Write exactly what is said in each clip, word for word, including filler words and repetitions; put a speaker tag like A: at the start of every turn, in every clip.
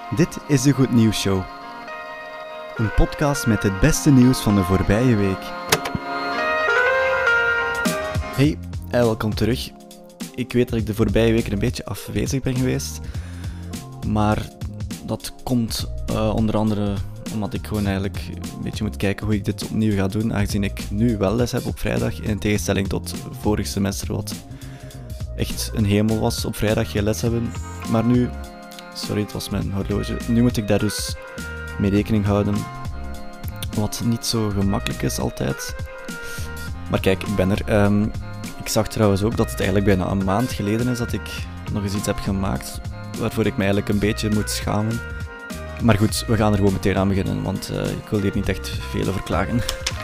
A: Dit is de Goed Nieuws Show. Een podcast met het beste nieuws van de voorbije week. Hey, en welkom terug. Ik weet dat ik de voorbije weken een beetje afwezig ben geweest. Maar dat komt uh, onder andere omdat ik gewoon eigenlijk een beetje moet kijken hoe ik dit opnieuw ga doen. Aangezien ik nu wel les heb op vrijdag, in tegenstelling tot vorig semester wat echt een hemel was op vrijdag geen les hebben. Maar nu... Sorry, het was mijn horloge. Nu moet ik daar dus mee rekening houden. Wat niet zo gemakkelijk is altijd. Maar kijk, ik ben er. Um, ik zag trouwens ook dat het eigenlijk bijna een maand geleden is dat ik nog eens iets heb gemaakt waarvoor ik me eigenlijk een beetje moet schamen. Maar goed, we gaan er gewoon meteen aan beginnen, want uh, ik wil hier niet echt veel over klagen.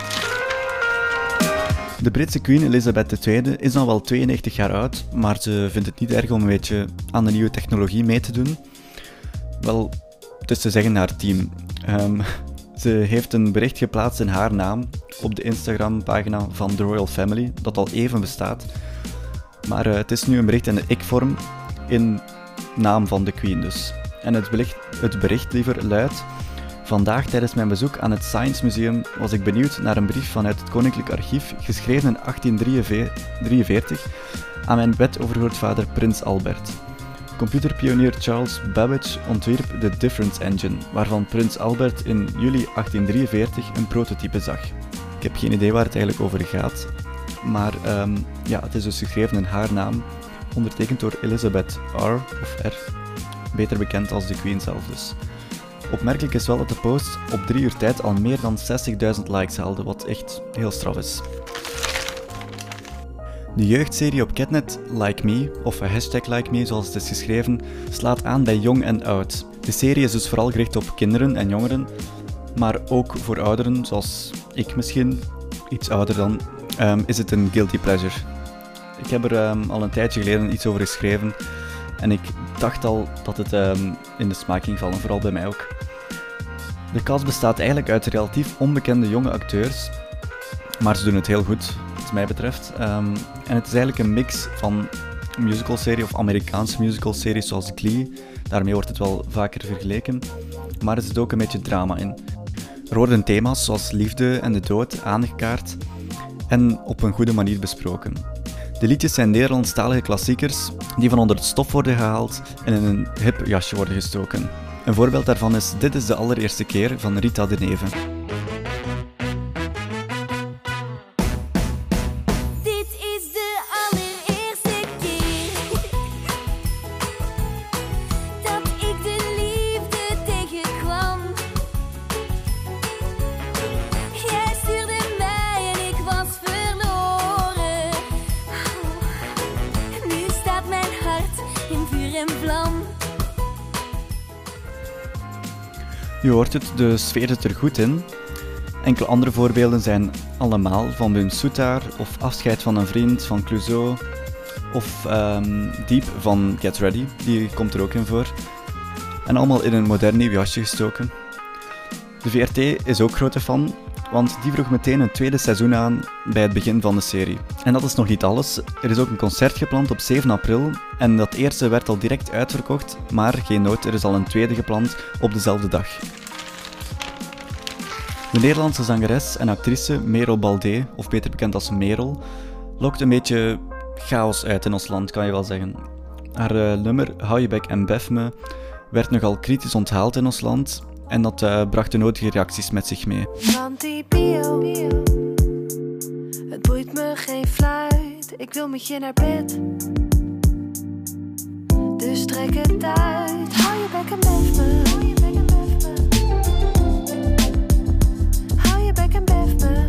A: De Britse Queen Elizabeth de Tweede is dan wel tweeënnegentig jaar oud, maar ze vindt het niet erg om een beetje aan de nieuwe technologie mee te doen. Wel, het is te zeggen haar team. Um, ze heeft een bericht geplaatst in haar naam op de Instagram-pagina van de Royal Family, dat al even bestaat. Maar uh, het is nu een bericht in de ik-vorm, in naam van de Queen dus. En het bericht, het bericht liever luidt: vandaag tijdens mijn bezoek aan het Science Museum was ik benieuwd naar een brief vanuit het Koninklijk Archief, geschreven in achttien drieënveertig, aan mijn bedovergrootvader Prins Albert. Computerpionier Charles Babbage ontwierp de Difference Engine, waarvan Prins Albert in juli achttien drieënveertig een prototype zag. Ik heb geen idee waar het eigenlijk over gaat, maar um, ja, het is dus geschreven in haar naam, ondertekend door Elizabeth R. of R, beter bekend als de Queen zelf dus. Opmerkelijk is wel dat de post op drie uur tijd al meer dan zestigduizend likes haalde, wat echt heel straf is. De jeugdserie op Catnet, Like Me, of hashtag Like Me zoals het is geschreven, slaat aan bij jong en oud. De serie is dus vooral gericht op kinderen en jongeren, maar ook voor ouderen, zoals ik misschien, iets ouder dan, um, is het een guilty pleasure. Ik heb er um, al een tijdje geleden iets over geschreven en ik dacht al dat het um, in de smaak ging vallen, vooral bij mij ook. De cast bestaat eigenlijk uit relatief onbekende jonge acteurs, maar ze doen het heel goed, wat mij betreft. Um, en het is eigenlijk een mix van een musicalserie of Amerikaanse musicalseries zoals Glee, daarmee wordt het wel vaker vergeleken, maar er zit ook een beetje drama in. Er worden thema's zoals liefde en de dood aangekaart en op een goede manier besproken. De liedjes zijn Nederlandstalige klassiekers die van onder het stof worden gehaald en in een hip jasje worden gestoken. Een voorbeeld daarvan is Dit is de allereerste keer van Rita de Neve.
B: Dit is de allereerste keer dat ik de liefde tegenkwam. Jij stuurde mij en ik was verloren. Nu staat mijn hart in vuur en vlam.
A: Je hoort het, de sfeer zit er goed in. Enkele andere voorbeelden zijn Allemaal van Wim Soetaar, of Afscheid van een vriend van Clouseau, of um, Diep van Get Ready, die komt er ook in voor. En allemaal in een modern nieuw jasje gestoken. De V R T is ook grote fan, want die vroeg meteen een tweede seizoen aan bij het begin van de serie. En dat is nog niet alles, er is ook een concert gepland op zeven april en dat eerste werd al direct uitverkocht, maar geen nood, er is al een tweede gepland op dezelfde dag. De Nederlandse zangeres en actrice Merel Baldé, of beter bekend als Merel, lokt een beetje chaos uit in ons land, kan je wel zeggen. Haar uh, nummer Hou je bek en bef me werd nogal kritisch onthaald in ons land en dat uh, bracht de nodige reacties met zich mee.
C: Want die bio, het boeit me geen fluit, ik wil met je naar bed. Dus trek het uit, hou je bek en bef me. Hou je bek en bef me. Hou je bek en bef me.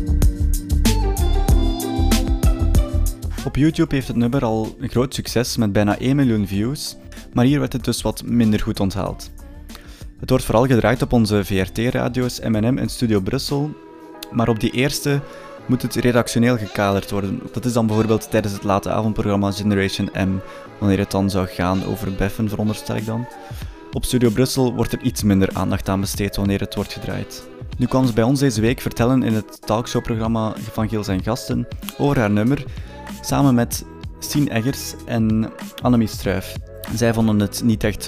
A: Op YouTube heeft het nummer al een groot succes met bijna één miljoen views, maar hier werd het dus wat minder goed onthaald. Het wordt vooral gedraaid op onze V R T-radio's M en M in Studio Brussel, maar op die eerste moet het redactioneel gekaderd worden. Dat is dan bijvoorbeeld tijdens het late avondprogramma Generation M, wanneer het dan zou gaan over beffen, veronderstel ik dan. Op Studio Brussel wordt er iets minder aandacht aan besteed wanneer het wordt gedraaid. Nu kwam ze bij ons deze week vertellen in het talkshowprogramma van Giels en Gasten over haar nummer, samen met Sien Eggers en Annemie Struijf. Zij vonden het niet echt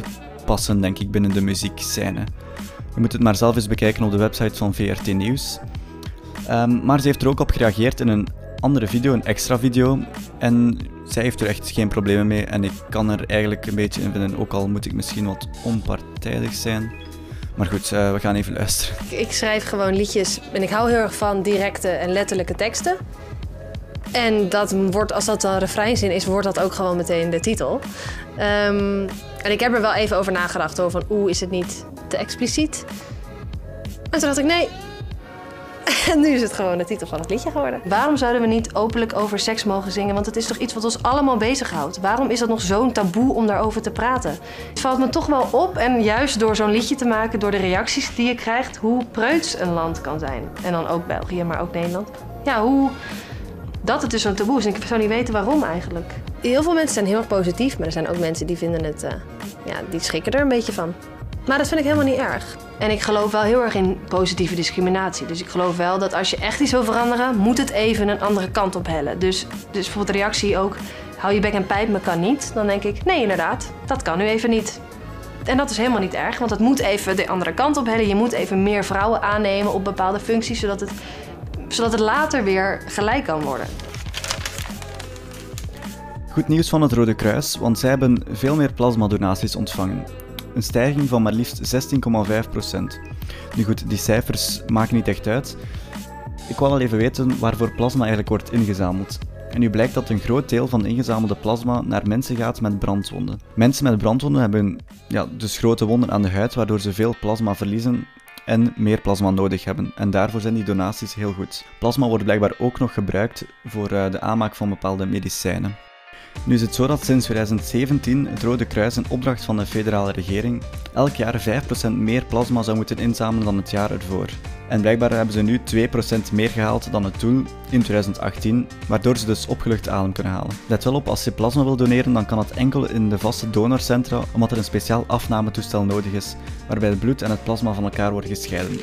A: passen, denk ik, binnen de muziekscène. Je moet het maar zelf eens bekijken op de website van V R T Nieuws. Um, maar ze heeft er ook op gereageerd in een andere video, een extra video. En zij heeft er echt geen problemen mee en ik kan er eigenlijk een beetje in vinden, ook al moet ik misschien wat onpartijdig zijn. Maar goed, uh, we gaan even luisteren.
D: Ik schrijf gewoon liedjes en ik hou heel erg van directe en letterlijke teksten. En dat wordt, als dat een refreinzin is, wordt dat ook gewoon meteen de titel. Um, en ik heb er wel even over nagedacht, hoor, van oeh, is het niet te expliciet? En toen dacht ik, nee. En nu is het gewoon de titel van het liedje geworden. Waarom zouden we niet openlijk over seks mogen zingen? Want het is toch iets wat ons allemaal bezighoudt. Waarom is dat nog zo'n taboe om daarover te praten? Het valt me toch wel op, en juist door zo'n liedje te maken, door de reacties die je krijgt, hoe preuts een land kan zijn. En dan ook België, maar ook Nederland. Ja, hoe dat het dus zo'n taboe is. En ik zou niet weten waarom eigenlijk. Heel veel mensen zijn heel erg positief, maar er zijn ook mensen die vinden het, uh, ja, die schrikken er een beetje van. Maar dat vind ik helemaal niet erg. En ik geloof wel heel erg in positieve discriminatie. Dus ik geloof wel dat als je echt iets wil veranderen, moet het even een andere kant op hellen. Dus, dus bijvoorbeeld de reactie ook, hou je bek en pijp, maar kan niet. Dan denk ik, nee inderdaad, dat kan nu even niet. En dat is helemaal niet erg, want het moet even de andere kant op hellen. Je moet even meer vrouwen aannemen op bepaalde functies, zodat het, zodat het later weer gelijk kan worden.
A: Goed nieuws van het Rode Kruis, want zij hebben veel meer plasmadonaties ontvangen. Een stijging van maar liefst zestien komma vijf procent. Nu goed, die cijfers maken niet echt uit. Ik wil al even weten waarvoor plasma eigenlijk wordt ingezameld. En nu blijkt dat een groot deel van de ingezamelde plasma naar mensen gaat met brandwonden. Mensen met brandwonden hebben ja, dus grote wonden aan de huid, waardoor ze veel plasma verliezen en meer plasma nodig hebben. En daarvoor zijn die donaties heel goed. Plasma wordt blijkbaar ook nog gebruikt voor uh, de aanmaak van bepaalde medicijnen. Nu is het zo dat sinds twintig zeventien het Rode Kruis in opdracht van de federale regering elk jaar vijf procent meer plasma zou moeten inzamelen dan het jaar ervoor. En blijkbaar hebben ze nu twee procent meer gehaald dan het doel in twintig achttien, waardoor ze dus opgelucht adem kunnen halen. Let wel op, als je plasma wil doneren, dan kan dat enkel in de vaste donorcentra, omdat er een speciaal afnametoestel nodig is, waarbij het bloed en het plasma van elkaar worden gescheiden.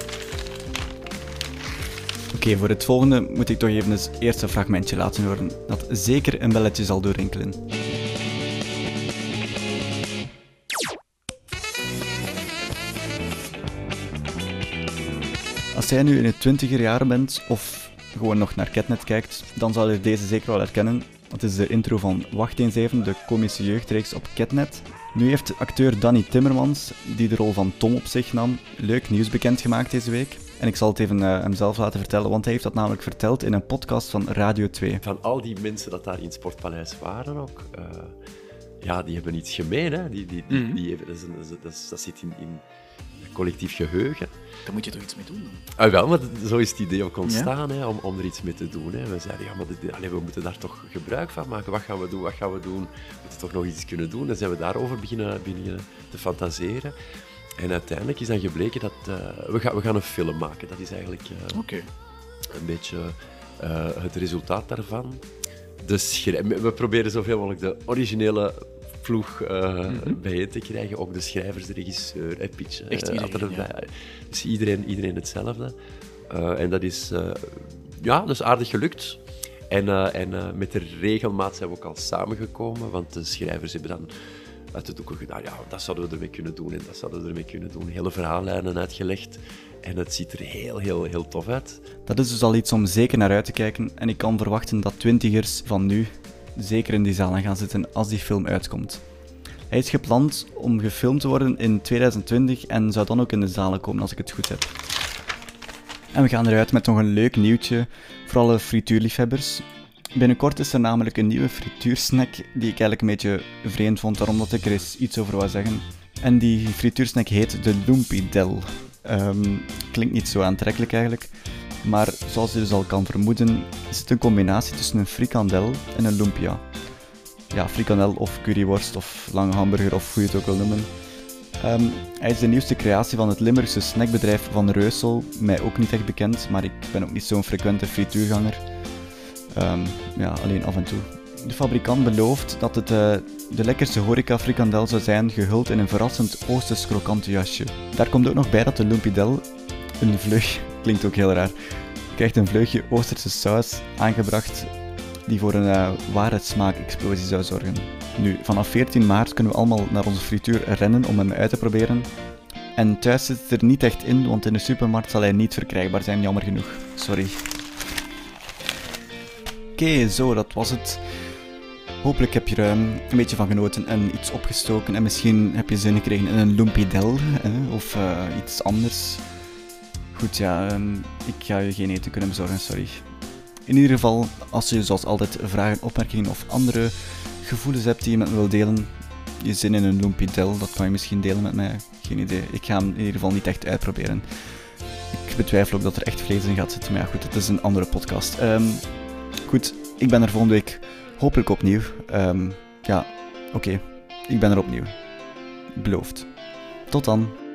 A: Oké, okay, voor het volgende moet ik toch even het eerste fragmentje laten horen, dat zeker een belletje zal doorrinkelen. Als jij nu in het twintiger jaren bent, of gewoon nog naar Ketnet kijkt, dan zal je deze zeker wel herkennen. Dat is de intro van Wacht eens even, de komische jeugdreeks op Ketnet. Nu heeft acteur Danny Timmermans, die de rol van Tom op zich nam, leuk nieuws bekendgemaakt deze week. En ik zal het even uh, hem zelf laten vertellen, want hij heeft dat namelijk verteld in een podcast van Radio twee.
E: Van al die mensen dat daar in het Sportpaleis waren ook, uh, ja, die hebben iets gemeen. Hè? Die, die, die, mm-hmm. die hebben, dat, is een, dat, is, dat zit in, in collectief geheugen.
F: Daar moet je toch iets mee doen dan?
E: Ah, wel, maar zo is het idee ook ontstaan, ja? hè, om, om er iets mee te doen. Hè. We zeiden, ja, maar dit, allez, we moeten daar toch gebruik van maken. Wat gaan we doen? Wat gaan we doen? We moeten toch nog iets kunnen doen? Dan zijn we daarover beginnen, beginnen te fantaseren. En uiteindelijk is dan gebleken dat uh, we, gaan, we gaan een film maken. Dat is eigenlijk uh,
F: okay.
E: een beetje uh, het resultaat daarvan. De schrij- we proberen zoveel mogelijk de originele ploeg uh, mm-hmm. bijeen te krijgen. Ook de schrijvers, de regisseur, en pitch.
F: Echt
E: uh,
F: iedereen,
E: ja.
F: ja.
E: Dus iedereen, iedereen hetzelfde. Uh, en dat is, uh, ja, dat is aardig gelukt. En, uh, en uh, met de regelmaat zijn we ook al samengekomen, want de schrijvers hebben dan uit de doeken gedaan, ja, dat zouden we ermee kunnen doen en dat zouden we ermee kunnen doen. Hele verhaallijnen uitgelegd en het ziet er heel, heel, heel tof uit.
A: Dat is dus al iets om zeker naar uit te kijken en ik kan verwachten dat twintigers van nu zeker in die zalen gaan zitten als die film uitkomt. Hij is gepland om gefilmd te worden in twintig twintig en zou dan ook in de zalen komen als ik het goed heb. En we gaan eruit met nog een leuk nieuwtje voor alle frituurliefhebbers. Binnenkort is er namelijk een nieuwe frituursnack die ik eigenlijk een beetje vreemd vond, daarom dat ik er eens iets over wou zeggen. En die frituursnack heet de Lumpidel. Um, klinkt niet zo aantrekkelijk eigenlijk, maar zoals je dus al kan vermoeden, is het een combinatie tussen een frikandel en een lumpia. Ja, frikandel of curryworst of lange hamburger of hoe je het ook wil noemen. Um, hij is de nieuwste creatie van het Limburgse snackbedrijf Van Reusel, mij ook niet echt bekend, maar ik ben ook niet zo'n frequente frituurganger. Um, ja, alleen af en toe. De fabrikant belooft dat het uh, de lekkerste horeca-frikandel zou zijn, gehuld in een verrassend oosters krokante jasje. Daar komt ook nog bij dat de Lumpidel een vleug, klinkt ook heel raar, krijgt een vleugje oosterse saus aangebracht die voor een uh, ware smaakexplosie zou zorgen. Nu, vanaf veertien maart kunnen we allemaal naar onze frituur rennen om hem uit te proberen. En thuis zit het er niet echt in, want in de supermarkt zal hij niet verkrijgbaar zijn, jammer genoeg. Sorry. Oké, okay, zo, dat was het. Hopelijk heb je er um, een beetje van genoten en iets opgestoken. En misschien heb je zin gekregen in een lumpidel eh, of uh, iets anders. Goed, ja, um, ik ga je geen eten kunnen bezorgen, sorry. In ieder geval, als je zoals altijd vragen, opmerkingen of andere gevoelens hebt die je met me wilt delen, je zin in een lumpidel, dat kan je misschien delen met mij. Geen idee. Ik ga hem in ieder geval niet echt uitproberen. Ik betwijfel ook dat er echt vlees in gaat zitten, maar ja goed, het is een andere podcast. Um, goed, ik ben er volgende week hopelijk opnieuw. Um, ja, oké. Okay. Ik ben er opnieuw. Beloofd. Tot dan.